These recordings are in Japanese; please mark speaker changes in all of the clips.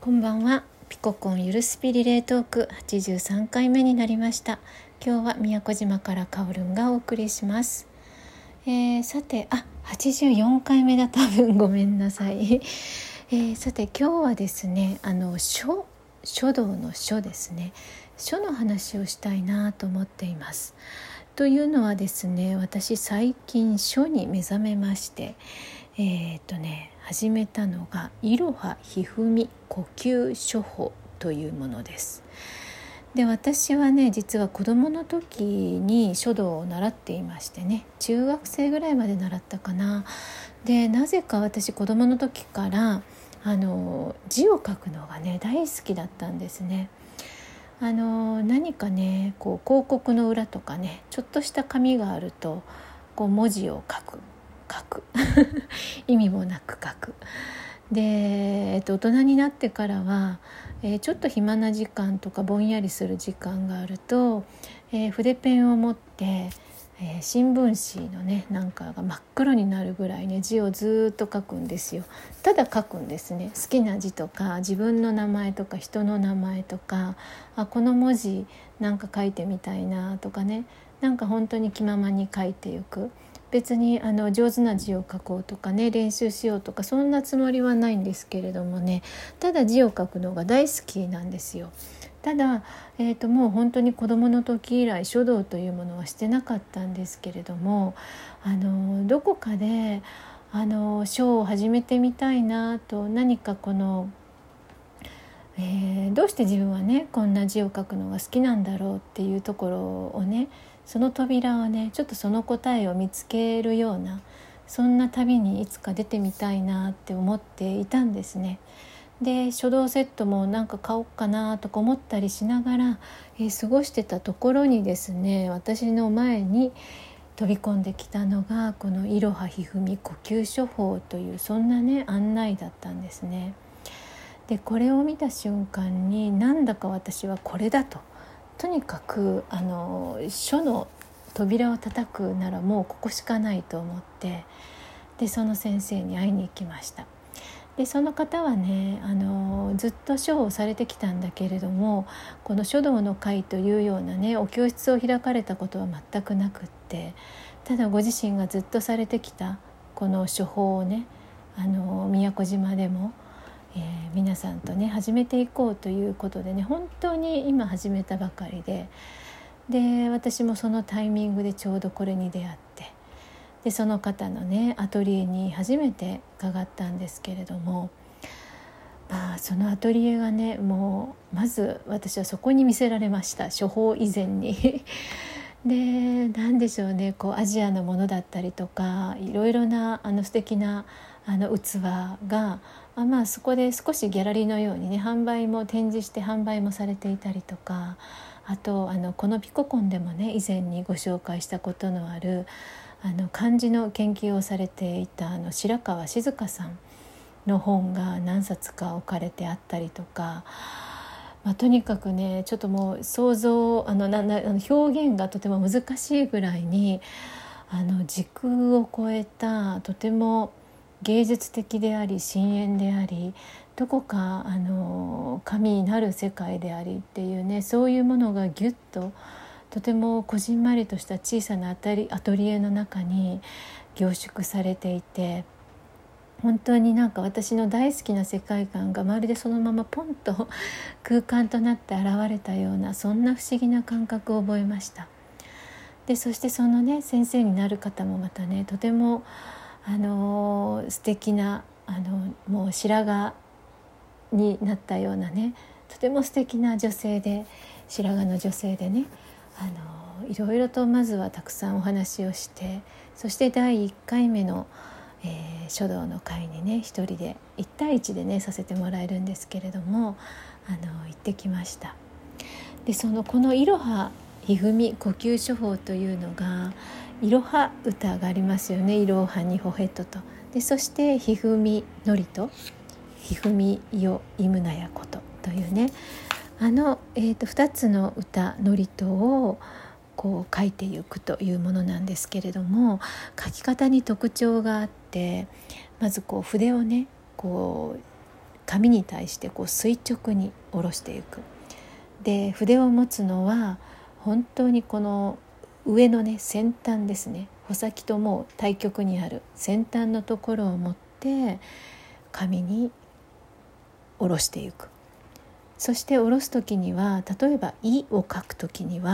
Speaker 1: こんばんは。ピココンゆるスピリレートーク83回目になりました。今日は宮古島からカオルンがお送りします。さて84回目だ、多分ごめんなさい。さて今日はですね、書道の書ですね、書の話をしたいなと思っています。というのはですね、私最近書に目覚めまして、始めたのがいろはひふみ呼吸書法というものです。で、私はね、実は子どもの時に書道を習っていましてね、中学生ぐらいまで習ったかな。で、なぜか私子どもの時から字を書くのがね大好きだったんですね。何かね、こう広告の裏とかね、ちょっとした紙があるとこう文字を書く意味もなく書く。で、大人になってからは、ちょっと暇な時間とかぼんやりする時間があると、筆ペンを持って、新聞紙のねなんかが真っ黒になるぐらいね字をずっと書くんですよ。ただ書くんですね。好きな字とか自分の名前とか人の名前とか、この文字なんか書いてみたいなとかね、なんか本当に気ままに書いていく。別に上手な字を書こうとかね、練習しようとかそんなつもりはないんですけれどもね、ただ字を書くのが大好きなんですよ。ただ、もう本当に子どもの時以来書道というものはしてなかったんですけれども、どこかで書を始めてみたいなと、何かこの、どうして自分はねこんな字を書くのが好きなんだろうっていうところをね、その扉をね、ちょっとその答えを見つけるような、そんな旅にいつか出てみたいなって思っていたんですね。で、書道セットもなんか買おうかなとか思ったりしながら、過ごしてたところにですね、私の前に飛び込んできたのがこのいろはひふみ呼吸書法という、そんなね案内だったんですね。で、これを見た瞬間になんだか私はこれだとにかく書の扉を叩くならもうここしかないと思って、でその先生に会いに行きました。でその方はね、ずっと書をされてきたんだけれども、この書道の会というようなねお教室を開かれたことは全くなくって、ただご自身がずっとされてきたこの書法をね、宮古島でも、皆さんとね始めていこうということでね、本当に今始めたばかりで、私もそのタイミングでちょうどこれに出会って、でその方のねアトリエに初めて伺ったんですけれども、そのアトリエがね、もうまず私はそこに見せられました。書法以前にで、なんでしょうね、こうアジアのものだったりとか、いろいろな素敵な器が、そこで少しギャラリーのようにね展示して販売もされていたりとか、あとこのピココンでもね以前にご紹介したことのある漢字の研究をされていた白川静香さんの本が何冊か置かれてあったりとか、とにかくね、ちょっともう想像表現がとても難しいぐらいに時空を超えた、とても芸術的であり深遠であり、どこか神なる世界でありっていうね、そういうものがギュッととてもこじんまりとした小さなアトリエの中に凝縮されていて、本当になんか私の大好きな世界観がまるでそのままポンと空間となって現れたような、そんな不思議な感覚を覚えました。でそしてそのね先生になる方もまたね、とても素敵なもう白髪になったようなね、とても素敵な女性で、白髪の女性でね、いろいろとまずはたくさんお話をして、そして第1回目の、書道の会にね一人で1対1でねさせてもらえるんですけれども、行ってきました。でこのいろはひふみ呼吸書法というのが、いろは歌がありますよね。いろはにほへとと、でそしてひふみのりとひふみよいむなやことというね、2つの歌のりとをこう書いていくというものなんですけれども、書き方に特徴があって、まずこう筆をねこう紙に対してこう垂直に下ろしていく。で筆を持つのは本当にこの上のね先端ですね、穂先ともう対極にある先端のところを持って紙に下ろしていく。そして下ろす時には、例えばいを書く時に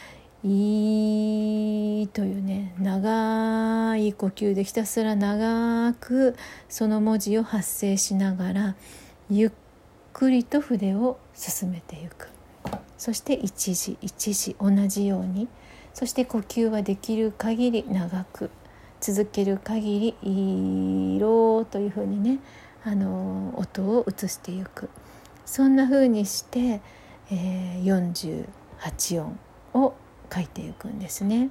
Speaker 1: はいというね長い呼吸でひたすら長くその文字を発声しながらゆっくりと筆を進めていく。そして一字一字同じように、そして呼吸はできる限り長く続ける限り色というふうにね音を移していく。そんな風にして、48音を書いていくんですね。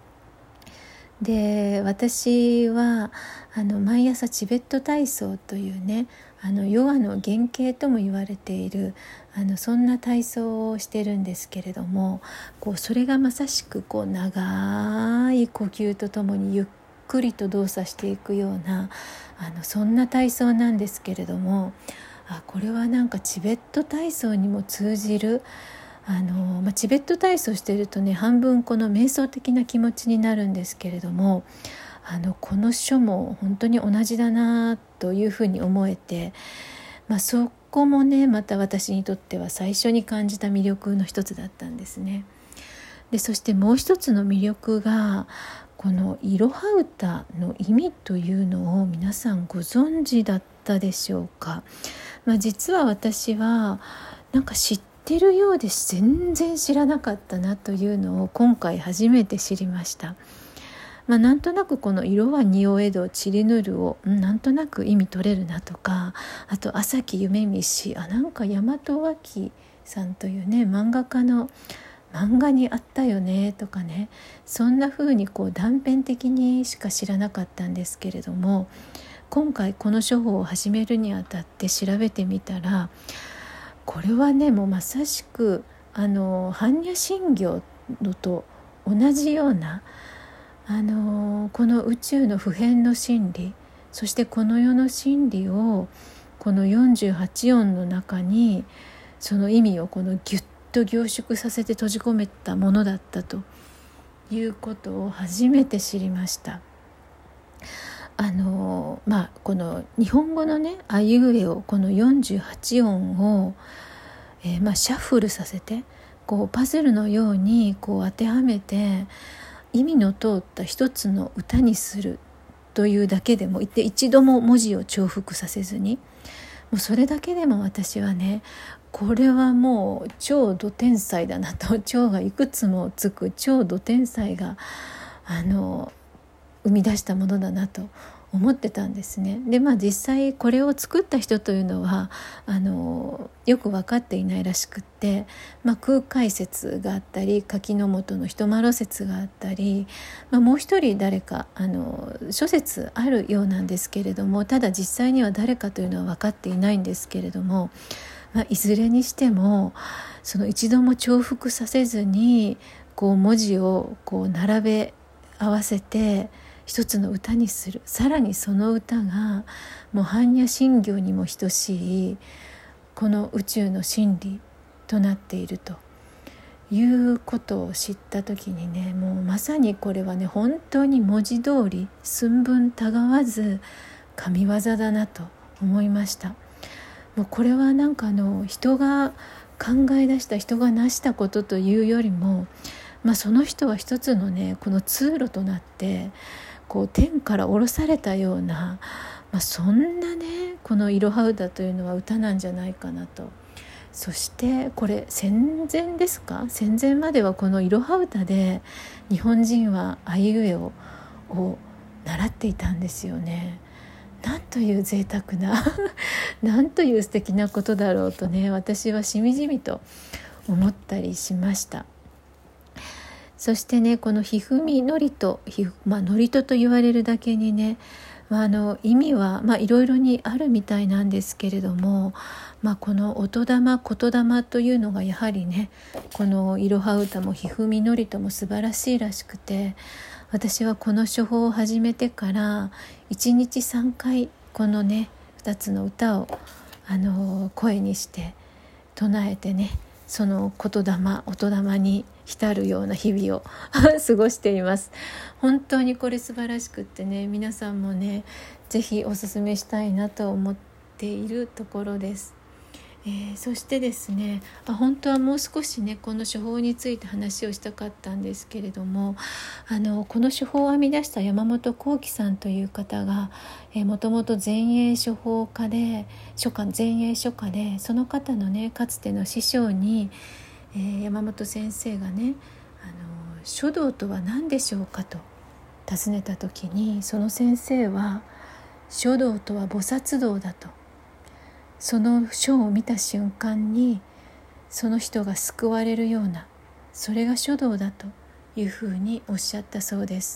Speaker 1: で私は毎朝チベット体操というねヨガの原型とも言われているそんな体操をしてるんですけれども、それがまさしく長い呼吸とともにゆっくりと動作していくようなそんな体操なんですけれども、これはなんかチベット体操にも通じるチベット体操しているとね半分この瞑想的な気持ちになるんですけれども、この書も本当に同じだなというふうに思えて、そこもねまた私にとっては最初に感じた魅力の一つだったんですね。でそしてもう一つの魅力がこのいろは歌の意味というのを皆さんご存知だったでしょうか。実は私はなんか知ってるようで全然知らなかったなというのを今回初めて知りました。なんとなくこの色は匂えど散りぬるをなんとなく意味取れるなとか、あと朝木夢見氏なんか大和脇さんというね漫画家の漫画にあったよねとかね、そんな風に断片的にしか知らなかったんですけれども、今回この書法を始めるにあたって調べてみたら、これはねもうまさしく般若心経のと同じようなこの宇宙の普遍の真理、そしてこの世の真理をこの48音の中にその意味をギュッと凝縮させて閉じ込めたものだったということを初めて知りました。この日本語のねあいうえおこの48音を、シャッフルさせてパズルのように当てはめて意味の通った一つの歌にするというだけでも一度も文字を重複させずに、もうそれだけでも私はねこれはもう超ド天才だなと、超がいくつもつく超ド天才が生み出したものだなと思ってたんですね。で実際これを作った人というのはよく分かっていないらしくって、空解説があったり柿の本の人麻呂説があったり、もう一人誰か諸説あるようなんですけれども、ただ実際には誰かというのは分かっていないんですけれども、いずれにしてもその一度も重複させずに文字を並べ合わせて一つの歌にする。さらにその歌がもう般若心経にも等しいこの宇宙の真理となっているということを知った時にね、もうまさにこれはね本当に文字通り寸分たがわず神業だなと思いました。もうこれはなんか人が考え出した人が成したことというよりも、その人は一つのねこの通路となって天から降ろされたような、そんなねこのいろは歌というのは歌なんじゃないかなと。そしてこれ戦前ですか、戦前まではこのいろは歌で日本人はあいうえおを習っていたんですよね。なんという贅沢ななんという素敵なことだろうとね、私はしみじみと思ったりしました。そしてねこのひふみのりとのりとと言われるだけにね、意味はいろいろにあるみたいなんですけれども、この音玉言霊というのがやはりねこのいろは歌もひふみのりとも素晴らしいらしくて、私はこの処方を始めてから1日3回このね2つの歌を声にして唱えてね、その言霊音霊に浸るような日々を過ごしています。本当にこれ素晴らしくってね、皆さんもねぜひおすすめしたいなと思っているところです。そしてですね、本当はもう少しねこの処方について話をしたかったんですけれども、この処方を編み出した山本幸喜さんという方がもともと前衛処方家で前衛書家で、その方のねかつての師匠に、山本先生がね書道とは何でしょうかと尋ねた時に、その先生は書道とは菩薩道だと、その書を見た瞬間にその人が救われるような、それが書道だというふうにおっしゃったそうです。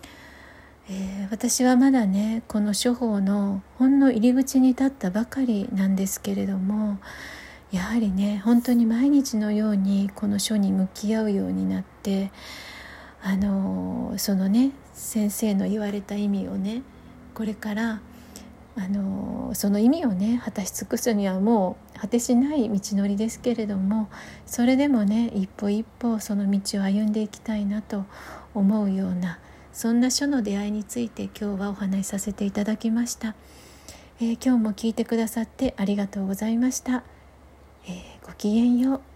Speaker 1: 私はまだねこの処方のほんの入り口に立ったばかりなんですけれども、やはりね本当に毎日のようにこの書に向き合うようになって、そのね先生の言われた意味をね、これからその意味をね果たし尽くすにはもう果てしない道のりですけれども、それでもね一歩一歩その道を歩んでいきたいなと思うような、そんな書の出会いについて今日はお話しさせていただきました。今日も聞いてくださってありがとうございました。ごきげんよう。